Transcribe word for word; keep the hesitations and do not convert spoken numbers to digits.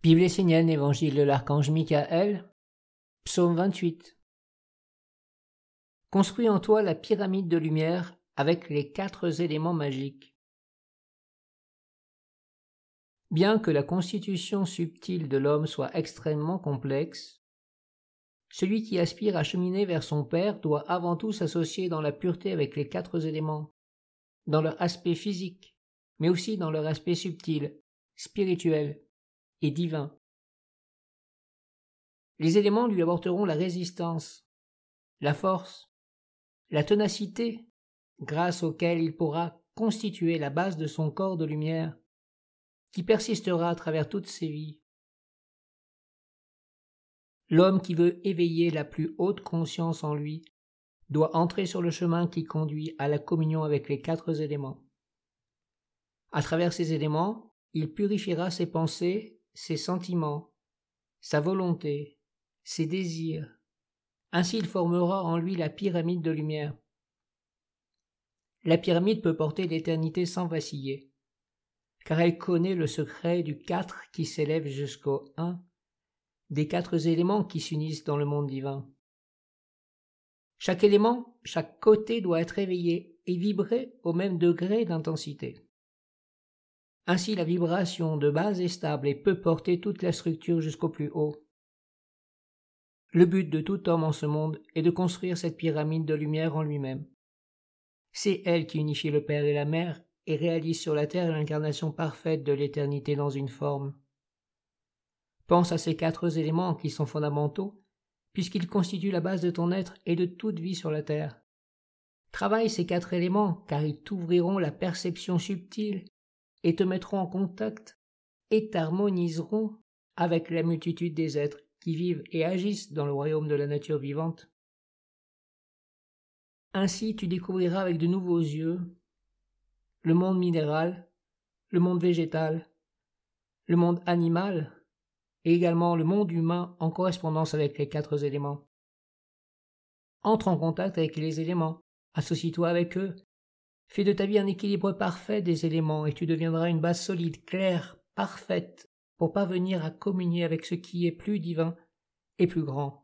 Bible essénienne, Évangile de l'archange Michael, Psaume vingt-huit. Construis en toi la pyramide de lumière avec les quatre éléments magiques. Bien que la constitution subtile de l'homme soit extrêmement complexe, celui qui aspire à cheminer vers son Père doit avant tout s'associer dans la pureté avec les quatre éléments, dans leur aspect physique, mais aussi dans leur aspect subtil, spirituel et divin. Les éléments lui apporteront la résistance, la force, la ténacité, grâce auxquelles il pourra constituer la base de son corps de lumière, qui persistera à travers toutes ses vies. L'homme qui veut éveiller la plus haute conscience en lui doit entrer sur le chemin qui conduit à la communion avec les quatre éléments. À travers ces éléments, il purifiera ses pensées, ses sentiments, sa volonté, ses désirs. Ainsi il formera en lui la pyramide de lumière. La pyramide peut porter l'éternité sans vaciller, car elle connaît le secret du quatre qui s'élève jusqu'au un, des quatre éléments qui s'unissent dans le monde divin. Chaque élément, chaque côté doit être éveillé et vibrer au même degré d'intensité. Ainsi la vibration de base est stable et peut porter toute la structure jusqu'au plus haut. Le but de tout homme en ce monde est de construire cette pyramide de lumière en lui-même. C'est elle qui unifie le Père et la Mère et réalise sur la terre l'incarnation parfaite de l'éternité dans une forme. Pense à ces quatre éléments qui sont fondamentaux, puisqu'ils constituent la base de ton être et de toute vie sur la terre. Travaille ces quatre éléments, car ils t'ouvriront la perception subtile et te mettront en contact et t'harmoniseront avec la multitude des êtres qui vivent et agissent dans le royaume de la nature vivante. Ainsi tu découvriras avec de nouveaux yeux le monde minéral, le monde végétal, le monde animal et également le monde humain en correspondance avec les quatre éléments. Entre en contact avec les éléments, associe-toi avec eux, fais de ta vie un équilibre parfait des éléments et tu deviendras une base solide, claire, parfaite, pour parvenir à communier avec ce qui est plus divin et plus grand.